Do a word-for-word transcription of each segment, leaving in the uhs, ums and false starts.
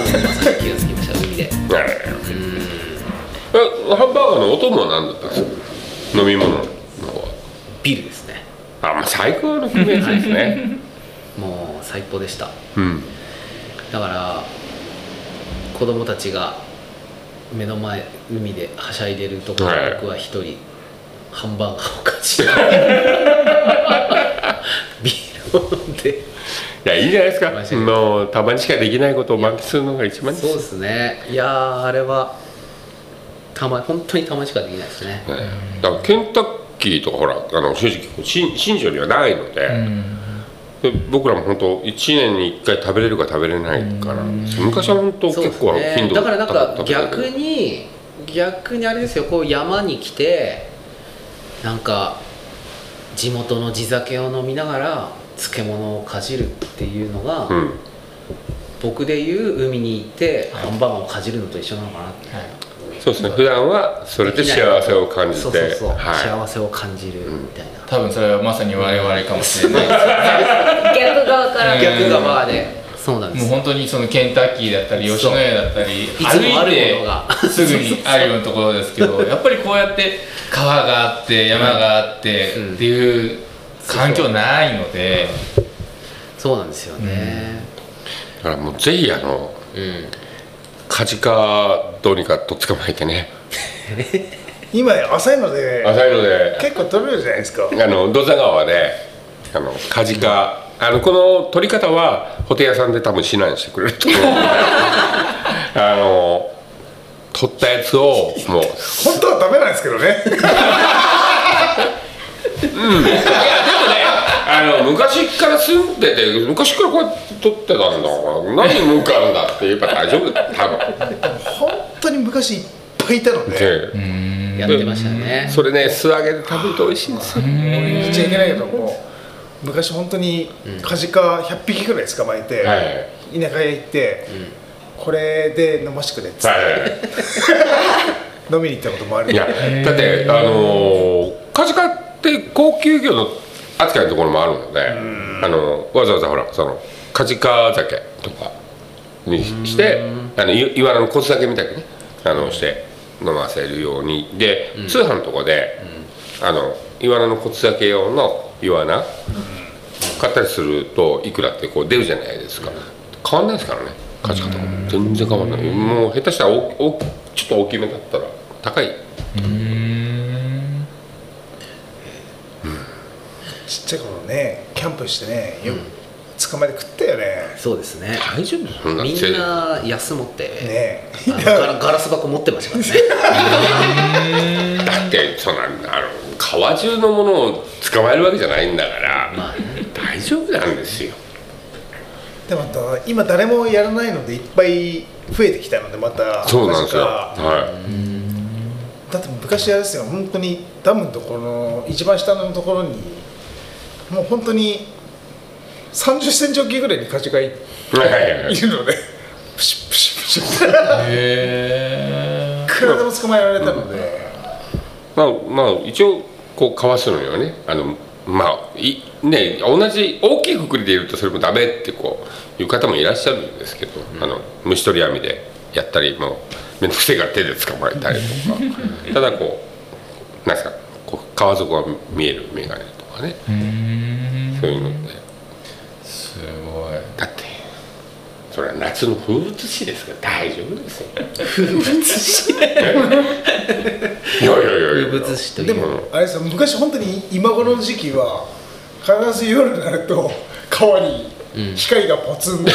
まさに気がつきました。海で。 うん。ハンバーガーのお供は何だったんですか？飲み物の方は。 ビールですね。 あ、まあ最高の組み合わせですね。 もう最高でした。 うん。 だから子供たちが目の前海ではしゃいでるところ、はい、僕は一人ハンバーガーを勝ちビールを飲んで、いや、いいじゃないですか。もうたまにしかできないことを満喫するのが一番いいです。 そうですね。いやー、あれはたま本当にたまにしかできないですね。 ね、だからケンタッキーとかほら、あの正直新庄にはないので、で僕らも本当いちねんにいっかい食べれるか食べれないから、昔は本当結構頻度だからなんか逆に逆にあれですよ、こう山に来てなんか地元の地酒を飲みながら漬物をかじるっていうのが、うん、僕でいう海に行ってハンバーガーをかじるのと一緒なのかなって、はい、 そうですね。普段はそれで幸せを感じて、そうそうそう、 はい、幸せを感じるみたいな、うん、 多分それはまさに我々かもしれないですね。 逆側から逆側で、そうなんです。 もう本当にそのケンタッキーだったり吉野家だったり歩いてすぐにあるようなところですけど、やっぱりこうやって川があって山があってっていう環境ないので、 そうなんですよね。 だからもうぜひあの、うん、カジカどうにかと捕まえてね。 今浅いので浅いので結構取れるじゃないですか。 あの土佐川であのカジカ、あのこの取り方はホテ屋さんで多分指南してくれると思うのであの取ったやつをもう本当はダメなんですけどね。 うん、いやでもね、あの昔から住んでて昔からこうやって取ってたんだから何文句あるんだって言えば大丈夫だ多分。 本当に昔いっぱいいたので、 やってましたね。 それね素揚げで食べると美味しいんですよ。 言っちゃいけないけども、昔本当にカジカひゃっぴきぐらい捕まえて、はい、田舎へ行って、うん、これで飲ましてくれっつって、はい、飲みに行ったこともある。 いやだってあのー、カジカって高級魚の扱いのところもあるので、あのわざわざほらそのカジカ酒とかにしてあのいわらの小酢酒みたいにねあのして飲ませるようにで、うん、通販のとこで、うん、あのいわらの小酢酒用のイワナ、うん、買ったりするといくらってこう出るじゃないですか。変わんないですからね、カジカとかも全然変わんない。もう下手したらおおちょっと大きめだったら高い。 ちっちゃい頃ね、キャンプしてね、よく捕まえて食ったよね。 そうですね。 大丈夫？そんなみんな安持ってね、 ガラ、ガラス箱持ってましたからね。だってそんなあの川中のものを捕まえるわけじゃないんだから、まあね、大丈夫なんですよ。 でもまた今誰もやらないのでいっぱい増えてきたのでまた。 そうなんですよ。はい。 だって昔あれですよ、本当にダムのところの一番下のところにもう本当にさんじゅっセンチ大きいぐらいにカジカいるのでプシュプシュプシュっていくらでも捕まえられたので、 まあまあ一応こうかわすのよね。あのまあいね同じ大きいくくりでいるとそれもダメってこういう方もいらっしゃるんですけど、うん、あの虫取り網でやったりも面倒くせえから手で捕まえたりとかただこうなんですかこう川底が見える眼鏡とかね、そういうのですごい。 だってそれは夏の風物詩ですから大丈夫ですよ。 風物詩いやいやいや風物詩というでもあれですよ、昔本当に今頃の時期は必ず夜になると川に光がポツンと、うん、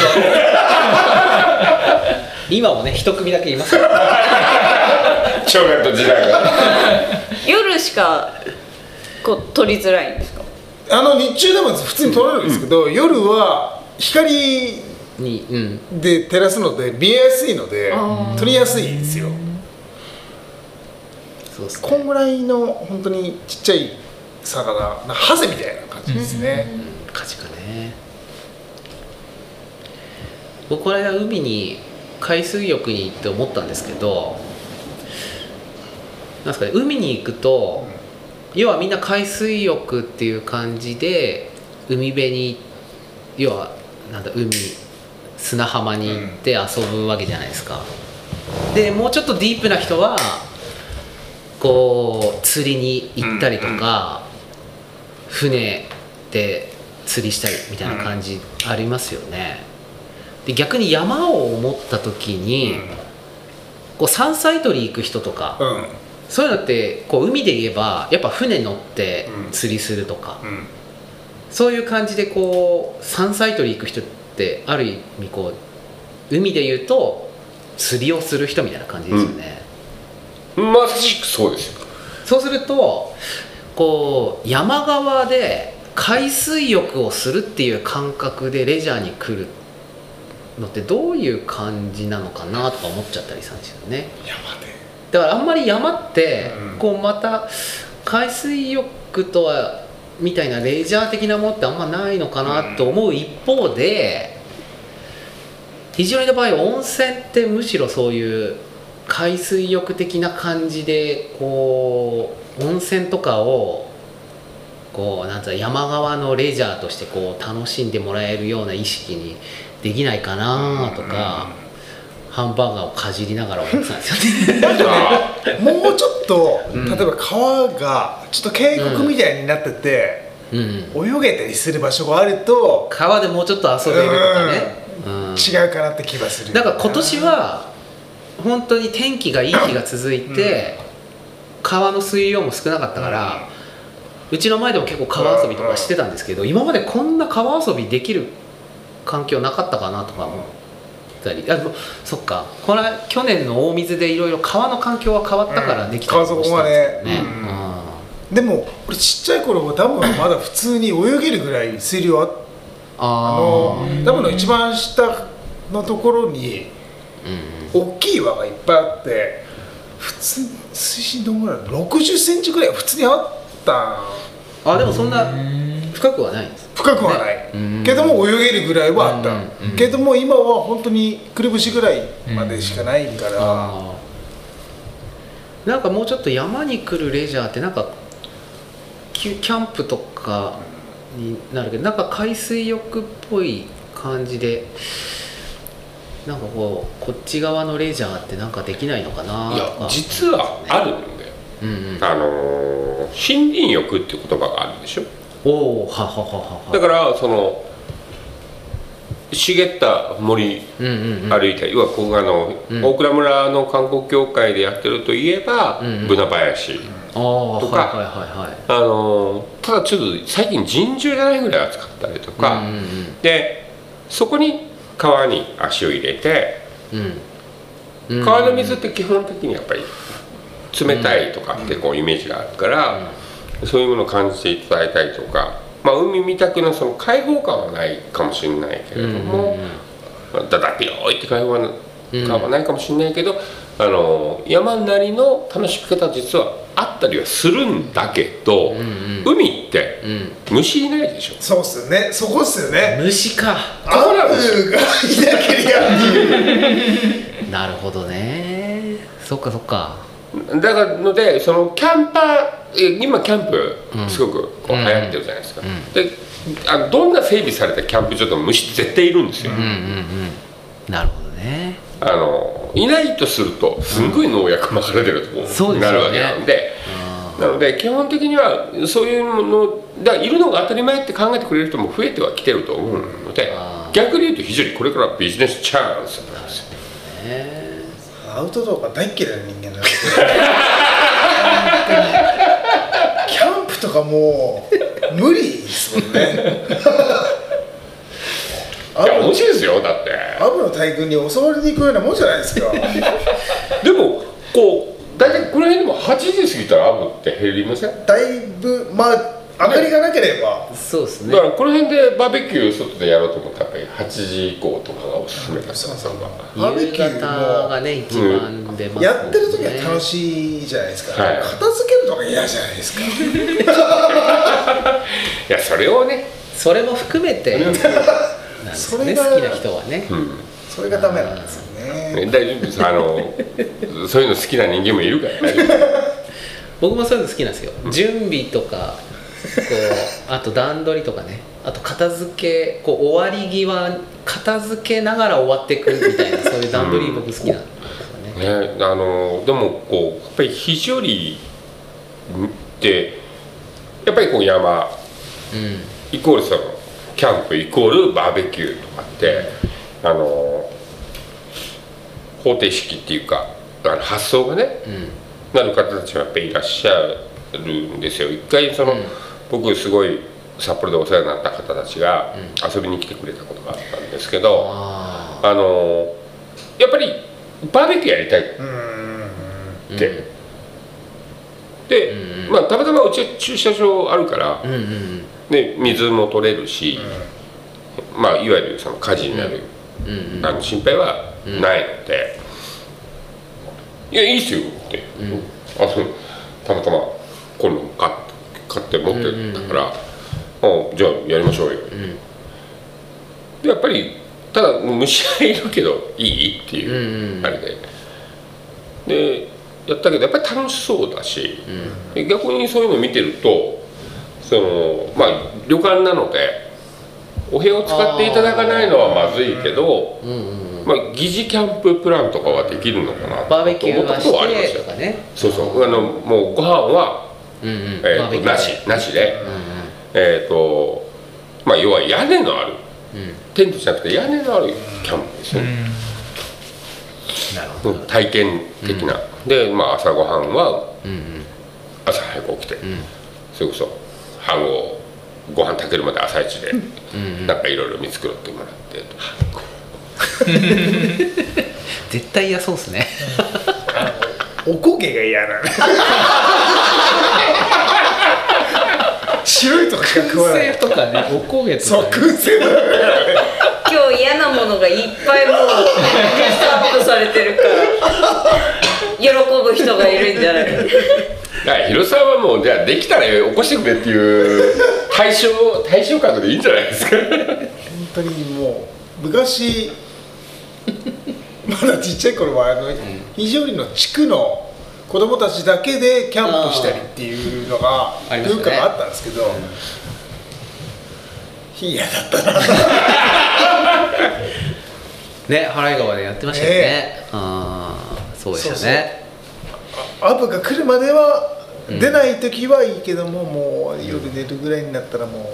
今もね一組だけいますよ。 小学校時代が夜しかこう撮りづらいんですか？ あの日中でも普通に撮れるんですけど、うん、夜は光に、 うん、で照らすので見えやすいので撮りやすいんですよ。そうですね、こんぐらいの本当にちっちゃい魚、ハゼみたいな感じですね。 うん、カジカね。僕この間海に海水浴に行って思ったんですけど、なんですかね、海に行くと、うん、要はみんな海水浴っていう感じで海辺に要はなんだ海砂浜に行って遊ぶわけじゃないですか。でもうちょっとディープな人はこう釣りに行ったりとか、船で釣りしたりみたいな感じありますよね。で逆に山を思った時に、こう山菜採り行く人とか、 うん、 そういうのってこう海で言えばやっぱ船乗って釣りするとか、 うん、 そういう感じでこう山菜採り行く人ってある意味こう海で言うと釣りをする人みたいな感じですよね、 うん、まさしくそうですよ。 そうするとこう山側で海水浴をするっていう感覚でレジャーに来るのってどういう感じなのかなとか思っちゃったりしたんですよね。 山でだからあんまり山ってうんこうまた海水浴とはみたいなレジャー的なものってあんまないのかなと思う一方で、肘折の場合温泉ってむしろそういう海水浴的な感じでこう温泉とかをこうなんつうの山側のレジャーとしてこう楽しんでもらえるような意識にできないかなとか、ハンバーガーをかじりながら思ってたんですよね。 もうちょっと、 うん例えば川がちょっと渓谷みたいになってて、 うん、 泳げたりする場所があると川でもうちょっと遊べるとかね、うん違うかなって気がする。 なんか今年は本当に天気がいい日が続いて、川の水量も少なかったから、うちの前でも結構川遊びとかしてたんですけど、今までこんな川遊びできる環境なかったかなとか思ったり、あでもそっか、これ去年の大水でいろいろ川の環境は変わったからできたりもしたんですよね。 でも俺ちっちゃい頃はダムはまだ普通に泳げるぐらい水量あってあのダムの一番下のところに大きい輪がいっぱいあって、普通水深どんぐらいろくじゅっセンチぐらいは普通にあった。 あでもそんな深くはないんです。 深くはない、ね、けども泳げるぐらいはあった、うんうん、けども今は本当にくるぶしぐらいまでしかないから、 うん、なんかもうちょっと山に来るレジャーってなんかキャンプとかになるけど、なんか海水浴っぽい感じでなんかこうこっち側のレジャーってなんかできないのかなとか。 いや実はあるんだよ、うんうん、あのー、森林浴っていう言葉があるでしょ。 おお、はははは。 だからその茂った森歩いたり、要はここあの、うん、大倉村の観光協会でやってるといえば、うんうん、ブナ林とか、あのただちょっと最近尋常じゃないぐらい暑かったりとか、うんうんうん、でそこに川に足を入れて、うん、川の水って基本的にやっぱり冷たいとかってこうイメージがあるから、うん、そういうものを感じていただいたりとか、まあ、海見たくのその開放感はないかもしれないけれども、うんうん、だだぴよーいって開放感はないかもしれないけど、あの山なりの楽しみ方は実はあったりはするんだけど、うんうん、海って、うん、虫いないでしょ。 そうっすよね、そこっすよね。 虫か。 アブがいなけりゃなるほどね。そっかそっか。 だからのでそのキャンパー、今キャンプすごくこう流行ってるじゃないですか、うんうん、であのどんな整備されたキャンプ場でも虫絶対いるんですよ、うんうんうん、 なるほどね。 あのいないとするとすんごい農薬まかれてるとこになるわけなんで、うん、なので基本的にはそういうものだいるのが当たり前って考えてくれる人も増えてはきてると思うので、逆に言うと非常にこれからビジネスチャンスなんですよね。 アウトドアが大っ嫌いな人間なのでキャンプとかもう無理ですもんね。 いや面白いですよ。だってアブの大群に襲われに行くようなもんじゃないですか。 でもこう大体この辺でもはちじ過ぎたらアブって減りません？ だいぶまあ明かりがなければ、 そうですね。 だからこの辺でバーベキュー外でやろうと思ったらやっぱりはちじ以降とかがおすすめだったんですよ。 バーベキューもがね一番出ますね。 やってる時は楽しいじゃないですか、はい、片付けるとか嫌じゃないですか。 いやそれをね、 それも含めてなんですね、好きな人はね、 うん、それがダメなんですよね。 大丈夫です。あのそういうの好きな人間もいるから大丈夫。 僕もそういうの好きなんですよ、うん、準備とかこうあと段取りとかね、 あと片付けこう終わり際片付けながら終わっていくみたいなそういう段取り僕好きなんですよね。 ね、あのでもこうやっぱり肘折ってやっぱりこう山、うん、イコールそのキャンプイコールバーベキューとかって、うん、あの方程式っていうかあの発想がね、うん、なる方たちがやっぱりいらっしゃるんですよ。一回その、うん、僕すごい札幌でお世話になった方たちが遊びに来てくれたことがあったんですけど、うん、あのやっぱりバーベキューやりたいって、うん、で、うん、まあたまたまうちは駐車場あるから、うんうん、で水も取れるし、うん、まあいわゆるその火事になる、うんうん、あの心配はないので、うん、いやいいっすよって、うん、あそうたまたまこの買買って持ってたから、うんうんうん、あじゃあやりましょうよ、うん、でやっぱりただ虫はいるけどいいっていう、うん、あれででやったけどやっぱり楽しそうだし、うん、逆にそういうのを見てるとそのまあ旅館なのでお部屋を使っていただかないのはまずいけど、うんうんうん、まあ、疑似キャンププランとかはできるのかなと思ったことはありましたよ。ね、そうそうあのもうご飯は、うんうんえー、となしなしで、うんうん、えっ、ー、とまあ要は屋根のある、うん、テントじゃなくて屋根のあるキャンプですよね、うん、なるほど体験的な、うん、で、まあ、朝ごはんは、うんうん、朝早く起きて、うん、それこそ飯をご飯炊けるまで朝一で、うん、なんかいろいろ見繕ってもらってとか絶対嫌そうですねおこげが嫌なの白いとかしか食わない燻製とかねおこげとか、ね、 そう燻製だ今日嫌なものがいっぱいもうリストアップされてるから喜ぶ人がいるんじゃないだから広沢はもうじゃあできたら起こしてくれっていう対象対象格でいいんじゃないですか本当にもう昔まだちっちゃい頃はあの、うん、肘折の地区の子供たちだけでキャンプしたりっていうのが文化があったんですけど、嫌、ね、だったなね、払川でやってましたよね、ねあそうでしたね。 そうそうアブが来るまでは出ない時はいいけども、うん、もう夜寝るぐらいになったらもう、うん、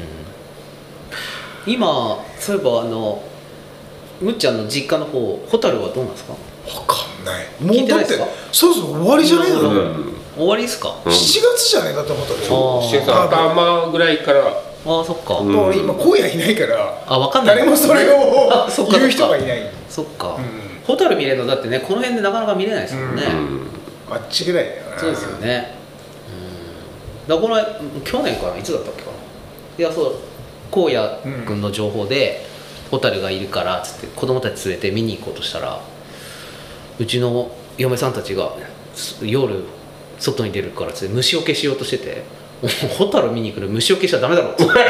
今そういえばあのむっちゃんの実家の方ホタルはどうなんですか。 分かんないもうだってそうそう終わりじゃないの、うん、 終わりですか、 うん、しちがつじゃないかと思ったけどしちがつ頭ぐらいからああそっか、 うん、今荒野いないからあ分かんない誰もそれを言う人がいないそっか、うん、ホタル見れるのだってねこの辺でなかなか見れないですもんね、うん、 あっちぐらいだよなそうですよね、うん、だからこの去年かないつだったっけかないやそう荒野君の情報で、うん、ホタルがいるからっつって子供たち連れて見に行こうとしたらうちの嫁さんたちが夜外に出るからっつって虫除けしようとしててホタル見に来る虫除けしちゃダメだろっつって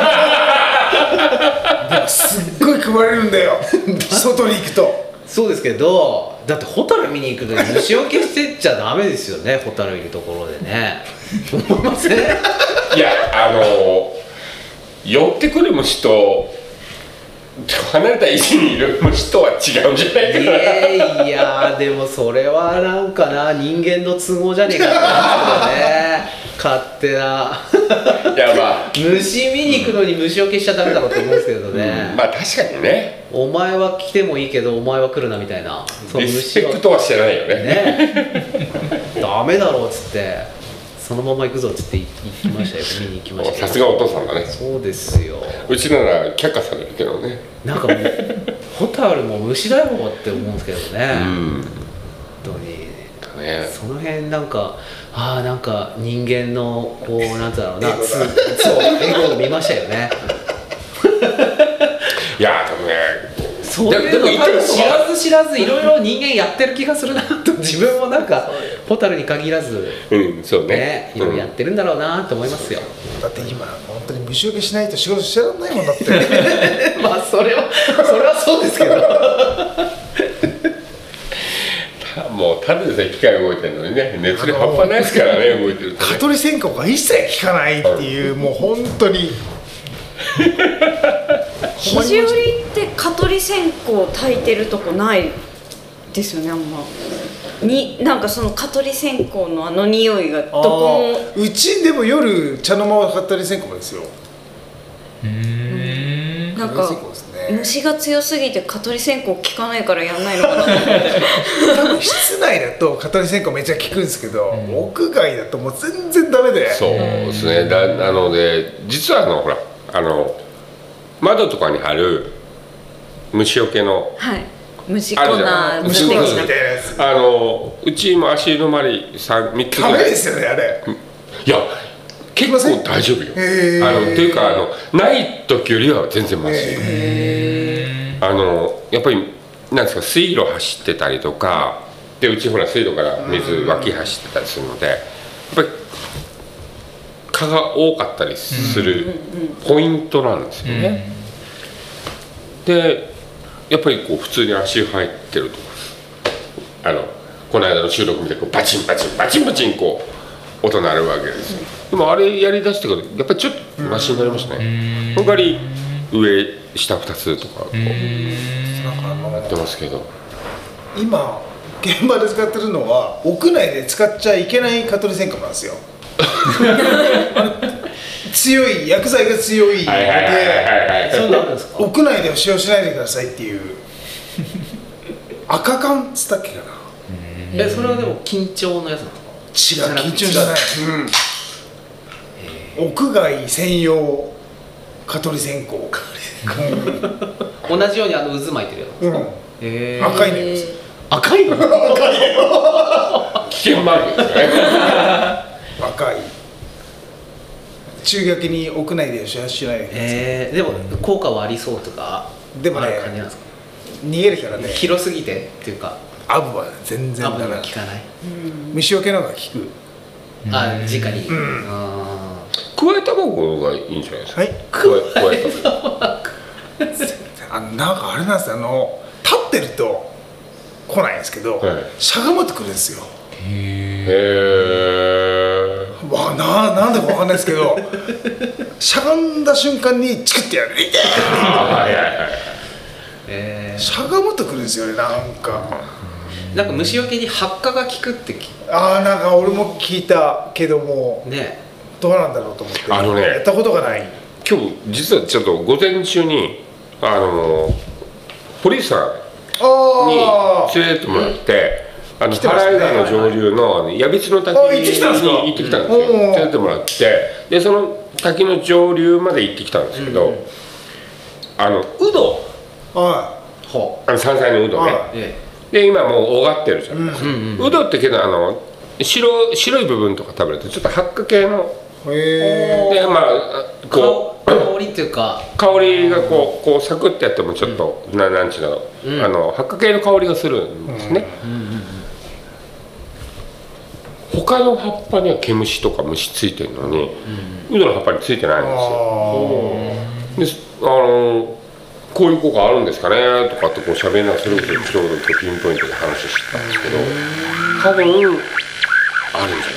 でもすっごい配れるんだよ外に行くとそうですけどだってホタル見に行くのに虫除けしてっちゃダメですよねホタルいるところでね思いませんいやあの寄ってくる虫と離れた位置にいる虫とは違うんじゃないかな。 いやでもそれはなんかな人間の都合じゃねえかって思うんですけどね勝手ないやまあ虫見に行くのに虫除けしちゃダメだろうと思うんですけどね、 うん、まあ確かにねお前は来てもいいけどお前は来るなみたいなその虫はリスペクトはしてないよねねダメだろうっつってそのまま行くぞっつって行きましたよ見に行きましたさすがお父さんだねそうですようちなら却下されるけどねなんかもうホタルも虫だよって思うんですけどねうん本当に、ね、その辺なんかああなんか人間のこうなんだろうなそうエゴを見ましたよねいやでもねそういうの多分知らず知らずいろいろ人間やってる気がするなと自分もなんかホタルに限らずうんそうねいろいろやってるんだろうなと思いますよ、 うん、だって今本当に虫除けしないと仕事してらんないもんだってまあそれはそれはそうですけどもうただでさえ機械動いてるのにね熱量半端ないですからね動いてると、ね、 蚊取り線香が一切効かないっていう、うん、もう本当に肘折って蚊取り線香焚いてるとこないですよね、あんまに。なんかその蚊取り線香のあの匂いがどこも。 うちでも夜茶の間は蚊取り線香ですよ。 うーんなんか虫が強すぎて蚊取り線香効かないからやんないのかなと思って多分室内だと蚊取り線香めっちゃ効くんですけど、うん、屋外だともう全然ダメで。 そうですね。だなので実はあのほらあの窓とかに貼る虫除けの、 はい、虫粉虫粉みたいなやつ。 あのうちも足の周り三三つぐらい。 ダメですよねあれ。 いや結構大丈夫よ。あのっていうかあのない時よりは全然マシ。あのやっぱりなんですか水路走ってたりとかでうちほら水路から水湧き走ってたりするのでやっぱり蚊が多かったりするポイントなんですよね。でやっぱりこう普通に足入ってるとあのこの間の収録見てこうバチンバチンバチンバチンこう音鳴るわけですよ。でもあれやりだしてからやっぱりちょっとマシになりましたね。その代わり上下ふたつとかこうやってますけど、 今現場で使ってるのは屋内で使っちゃいけない蚊取り線香なんですよ強い薬剤が強いので、 そうなんですか。 屋内では使用しないでくださいっていう赤缶っつったっけかな。 えそれはでも緊張のやつなんですか。 違う、緊張じゃない、うん、屋外専用蚊取り線香同じようにあの渦巻いてるやつですか、うんえー、赤いのよ赤いの赤いの危険もあるんですね赤い中学に屋内で使用しないでください。 えー、でも効果はありそうとかでもねある感じなんですか。 逃げるからね広すぎてっていうかアブは全然アダメ。 ブは効かない。 虫除けの方が効く。 あ、直に。 うん。 くわえタバコがいいんじゃないですか。 はい。 くわえタバコ。 あのなんかあれなんですよ、あの立ってると来ないんですけど、はい、しゃがむとくるんですよ。 へえ。 わななんだかわかんないですけど、しゃがんだ瞬間にチクってやる。痛い。はいはいはい。えー、しゃがむとくるんですよね、なんか。 なんか虫除けに発火が効くって聞ああ、なんか俺も聞いたけども、 ね、 どうなんだろうと思って、 あのね、 やったことがない。 今日実はちょっと午前中にあの堀さんに連れてってもらって、あの原井川の上流の矢櫃の滝に行ってきたんですよ。連れてってもらって、でその滝の上流まで行ってきたんですけど、うん、あのウド、 はい、 あの山菜のウドね。はい、で今もうおがってるじゃないですか。ウドってけどあの 白, 白い部分とか食べるとちょっと発火系のでまあこう香りっていうか香りがこうこうサクッてやってもちょっと、うん、ななんちゅうの、うん、あの発火系の香りがするんですね。他の葉っぱには毛虫とか虫ついてるのに、うん、ウドの葉っぱについてないんですよ。であのこういう効果あるんですかねとかってこう喋りながらそれこそちょうどピンポイントで話してたんですけど、多分あるんじゃないか